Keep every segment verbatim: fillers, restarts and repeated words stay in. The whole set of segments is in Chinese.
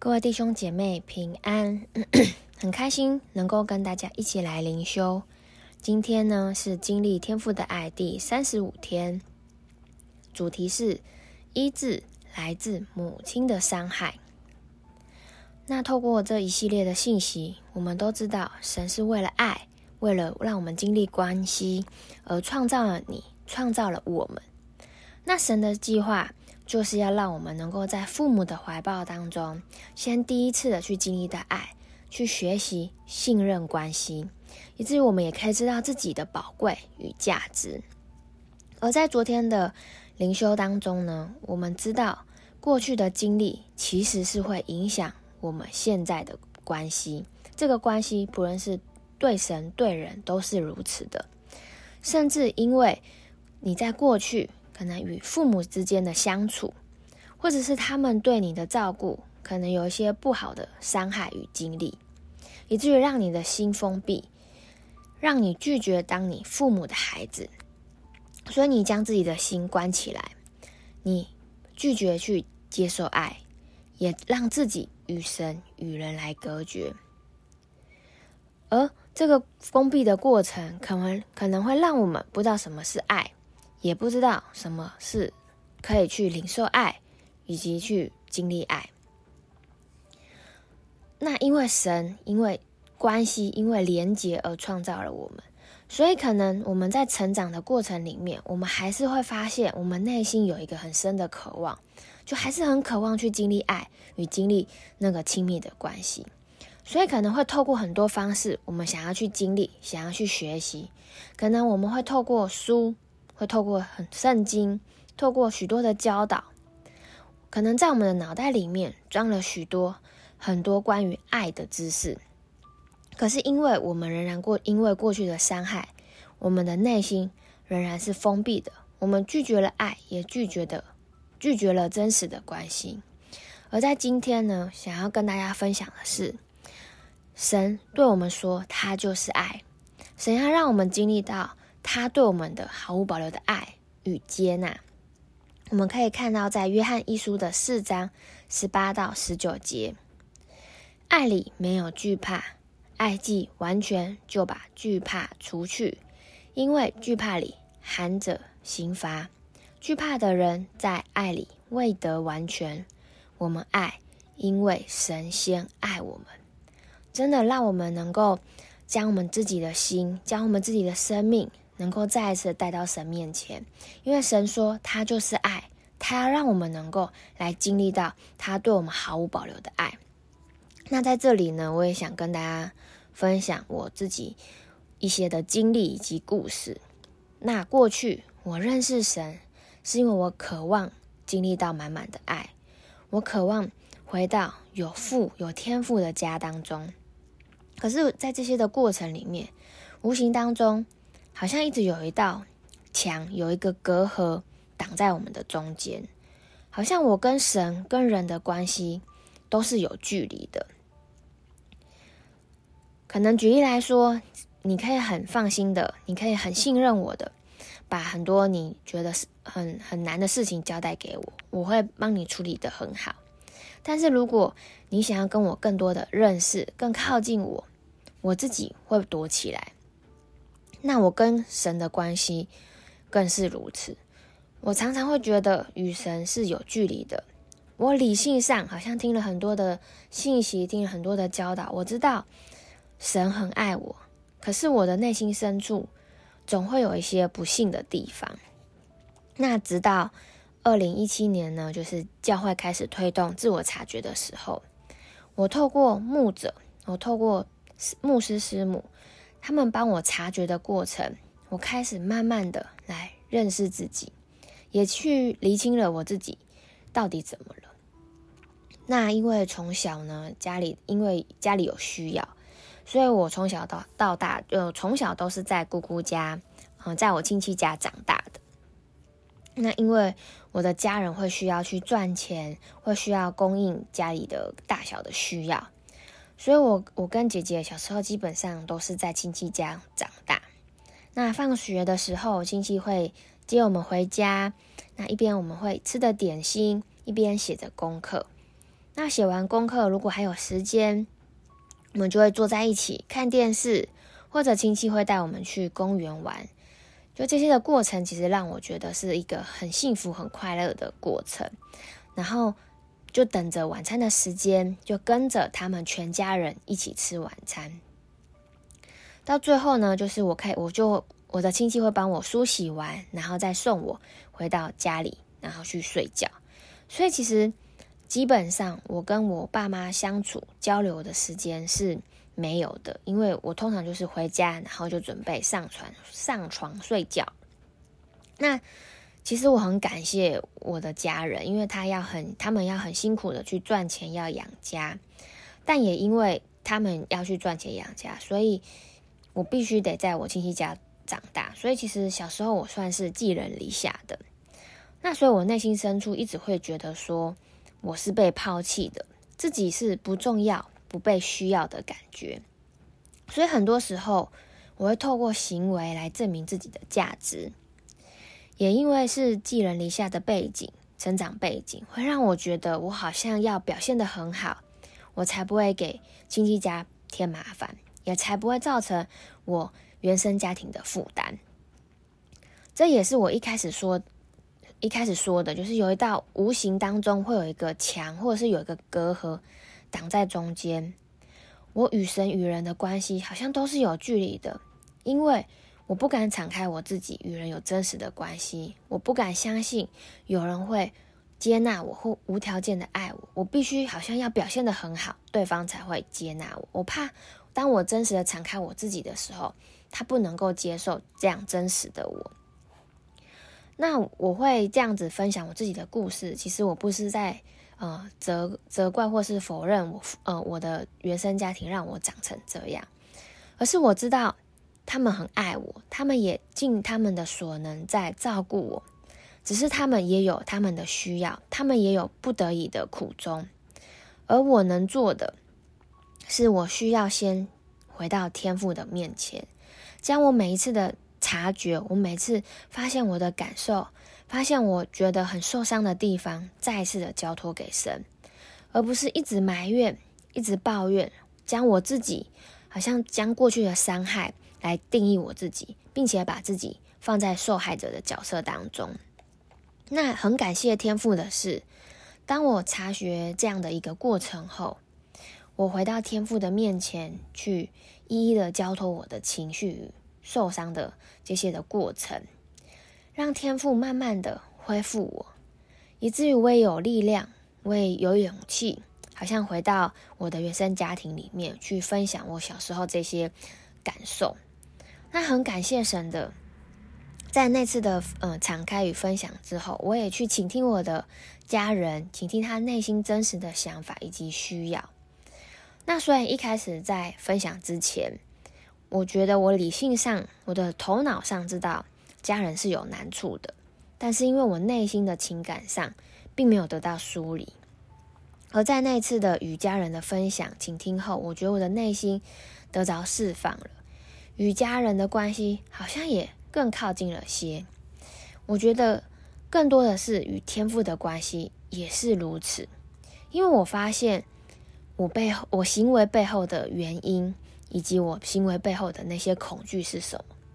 各位弟兄姐妹平安，很开心能够跟大家一起来灵修。今天呢是经历天父的爱第三十五天，主题是医治来自母亲的伤害。那透过这一系列的信息，我们都知道神是为了爱，为了让我们经历关系而创造了你，创造了我们。那神的计划就是要让我们能够在父母的怀抱当中，先第一次的去经历到爱，去学习信任关系，以至于我们也可以知道自己的宝贵与价值。而在昨天的灵修当中呢，我们知道过去的经历其实是会影响我们现在的关系，这个关系不论是对神对人都是如此的。甚至因为你在过去可能与父母之间的相处，或者是他们对你的照顾，可能有一些不好的伤害与经历，以至于让你的心封闭，让你拒绝当你父母的孩子。所以你将自己的心关起来，你拒绝去接受爱，也让自己与神与人来隔绝。而这个封闭的过程可能可能会让我们不知道什么是爱，也不知道什么是可以去领受爱以及去经历爱。那因为神因为关系因为连结而创造了我们，所以可能我们在成长的过程里面，我们还是会发现我们内心有一个很深的渴望，就还是很渴望去经历爱与经历那个亲密的关系。所以可能会透过很多方式，我们想要去经历，想要去学习。可能我们会透过书，会透过很圣经，透过许多的教导，可能在我们的脑袋里面装了许多很多关于爱的知识。可是因为我们仍然过因为过去的伤害，我们的内心仍然是封闭的，我们拒绝了爱，也拒绝的拒绝了真实的关系。而在今天呢，想要跟大家分享的是，神对我们说他就是爱，神要让我们经历到他对我们的毫无保留的爱与接纳。我们可以看到在约翰一书的四章十八到十九节，爱里没有惧怕，爱既完全，就把惧怕除去，因为惧怕里含着刑罚。惧怕的人在爱里未得完全。我们爱，因为神先爱我们。真的让我们能够将我们自己的心，将我们自己的生命能够再一次带到神面前。因为神说他就是爱，他要让我们能够来经历到他对我们毫无保留的爱。那在这里呢，我也想跟大家分享我自己一些的经历以及故事。那过去我认识神，是因为我渴望经历到满满的爱，我渴望回到有父有天父的家当中。可是在这些的过程里面，无形当中好像一直有一道墙，有一个隔阂挡在我们的中间，好像我跟神跟人的关系都是有距离的。可能举例来说，你可以很放心的，你可以很信任我的，把很多你觉得很很难的事情交代给我，我会帮你处理得很好。但是如果你想要跟我更多的认识，更靠近我，我自己会躲起来。那我跟神的关系更是如此，我常常会觉得与神是有距离的。我理性上好像听了很多的信息，听了很多的教导，我知道神很爱我，可是我的内心深处总会有一些不信的地方。那直到二零一七年呢，就是教会开始推动自我察觉的时候，我透过牧者，我透过牧师师母，他们帮我察觉的过程，我开始慢慢的来认识自己，也去厘清了我自己到底怎么了。那因为从小呢，家里因为家里有需要，所以我从小到到大，就从小都是在姑姑家，嗯，在我亲戚家长大的。那因为我的家人会需要去赚钱，会需要供应家里的大小的需要，所以我我跟姐姐小时候基本上都是在亲戚家长大。那放学的时候，亲戚会接我们回家，那一边我们会吃的点心，一边写着功课。 那写完功课，如果还有时间，我们就会坐在一起看电视，或者亲戚会带我们去公园玩。就这些的过程，其实让我觉得是一个很幸福、很快乐的过程。然后就等着晚餐的时间，就跟着他们全家人一起吃晚餐。到最后呢，就是我可以，我就我的亲戚会帮我梳洗完，然后再送我回到家里，然后去睡觉。所以其实基本上我跟我爸妈相处交流的时间是没有的，因为我通常就是回家，然后就准备上床上床睡觉。那其实我很感谢我的家人，因为他要很他们要很辛苦的去赚钱，要养家，但也因为他们要去赚钱养家，所以我必须得在我亲戚家长大。所以其实小时候我算是寄人篱下的。那所以我内心深处一直会觉得说我是被抛弃的，自己是不重要、不被需要的感觉。所以很多时候我会透过行为来证明自己的价值。也因为是寄人篱下的背景、成长背景，会让我觉得我好像要表现得很好，我才不会给亲戚家添麻烦，也才不会造成我原生家庭的负担。这也是我一开始说一开始说的，就是有一道无形当中会有一个墙，或者是有一个隔阂挡在中间。我与神与人的关系好像都是有距离的，因为我不敢敞开我自己与人有真实的关系，我不敢相信有人会接纳我或无条件的爱我，我必须好像要表现得很好，对方才会接纳我。我怕当我真实的敞开我自己的时候，他不能够接受这样真实的我。那我会这样子分享我自己的故事，其实我不是在呃责责怪或是否认我呃我的原生家庭让我长成这样，而是我知道他们很爱我，他们也尽他们的所能在照顾我，只是他们也有他们的需要，他们也有不得已的苦衷。而我能做的是，我需要先回到天父的面前，将我每一次的察觉，我每次发现我的感受，发现我觉得很受伤的地方，再一次的交托给神，而不是一直埋怨，一直抱怨，将我自己好像将过去的伤害来定义我自己，并且把自己放在受害者的角色当中。那很感谢天父的是，当我察觉这样的一个过程后，我回到天父的面前去一一的交托我的情绪与受伤的这些的过程，让天父慢慢的恢复我，以至于我也有力量，我也有勇气，好像回到我的原生家庭里面去分享我小时候这些感受。那很感谢神的，在那次的呃敞开与分享之后，我也去倾听我的家人，倾听他内心真实的想法以及需要。那虽然一开始在分享之前，我觉得我理性上，我的头脑上知道家人是有难处的，但是因为我内心的情感上并没有得到梳理。而在那次的与家人的分享倾听后，我觉得我的内心得着释放了，与家人的关系好像也更靠近了些。我觉得更多的是与天父的关系也是如此，因为我发现我背后我行为背后的原因，以及我行为背后的那些恐惧是什么。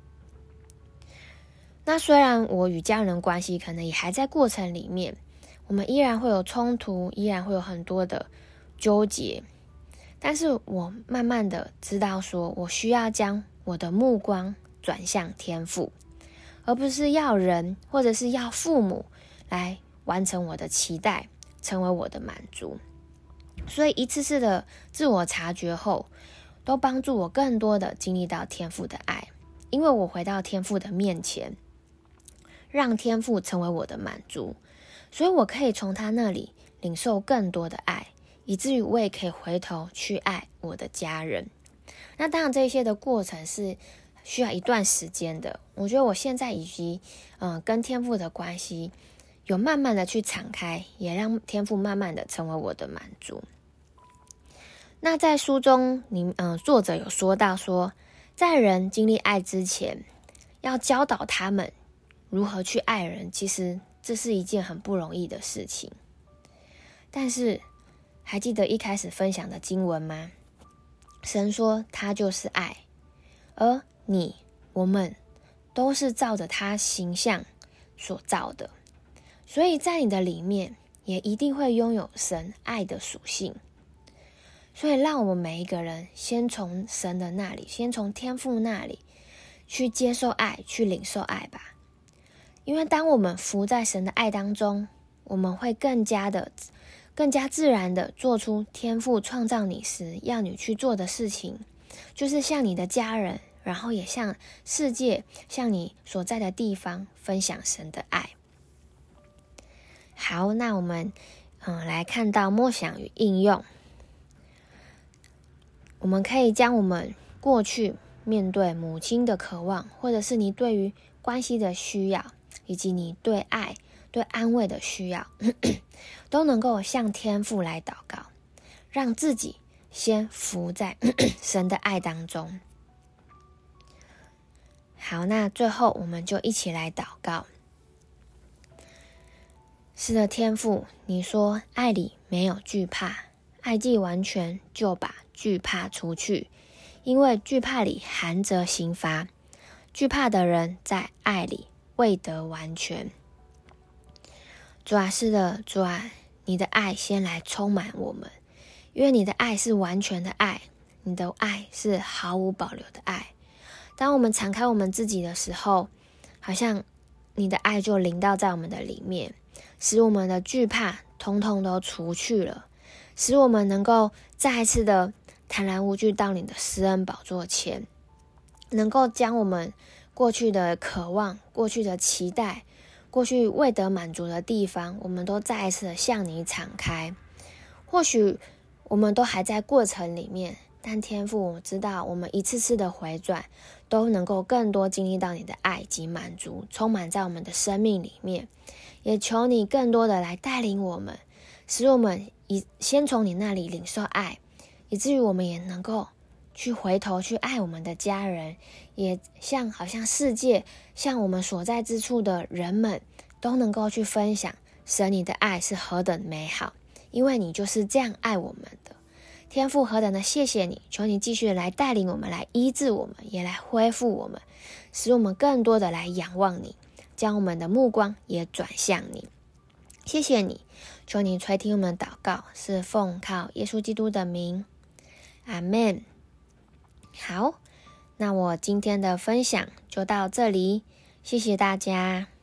那虽然我与家人的关系可能也还在过程里面，我们依然会有冲突，依然会有很多的纠结，但是我慢慢的知道说，我需要将我的目光转向天父，而不是要人或者是要父母来完成我的期待，成为我的满足。所以一次次的自我察觉后，都帮助我更多的经历到天父的爱，因为我回到天父的面前，让天父成为我的满足，所以我可以从他那里领受更多的爱，以至于我也可以回头去爱我的家人。那当然这些的过程是需要一段时间的，我觉得我现在以及嗯、呃、跟天父的关系有慢慢的去敞开，也让天父慢慢的成为我的满足。那在书中你嗯、呃、作者有说到说，在人经历爱之前，要教导他们如何去爱人，其实这是一件很不容易的事情。但是还记得一开始分享的经文吗？神说他就是爱，而你我们都是照着他形象所造的，所以在你的里面也一定会拥有神爱的属性。所以让我们每一个人先从神的那里，先从天父那里去接受爱，去领受爱吧。因为当我们服在神的爱当中，我们会更加的更加自然的做出天父创造你时要你去做的事情，就是向你的家人，然后也向世界，向你所在的地方分享神的爱。好，那我们嗯来看到默想与应用。我们可以将我们过去面对母亲的渴望，或者是你对于关系的需要，以及你对爱、对安慰的需要，都能够向天父来祷告，让自己先服在神的爱当中。好，那最后我们就一起来祷告。是的，天父，你说爱里没有惧怕，爱既完全，就把惧怕除去，因为惧怕里含着刑罚，惧怕的人在爱里未得完全。主啊，是的，主啊，你的爱先来充满我们，因为你的爱是完全的爱，你的爱是毫无保留的爱。当我们敞开我们自己的时候，好像你的爱就临到在我们的里面，使我们的惧怕统统都除去了，使我们能够再一次的坦然无惧到你的施恩宝座前，能够将我们过去的渴望、过去的期待、过去未得满足的地方，我们都再一次的向你敞开。或许我们都还在过程里面，但天父，我知道我们一次次的回转，都能够更多经历到你的爱及满足，充满在我们的生命里面。也求你更多的来带领我们，使我们以先从你那里领受爱，以至于我们也能够去回头去爱我们的家人，也像好像世界，像我们所在之处的人们，都能够去分享神你的爱是何等美好，因为你就是这样爱我们的。天父，何等的谢谢你，求你继续来带领我们，来医治我们，也来恢复我们，使我们更多的来仰望你，将我们的目光也转向你。谢谢你，求你垂听我们的祷告，是奉靠耶稣基督的名，阿们。好，那我今天的分享就到这里，谢谢大家。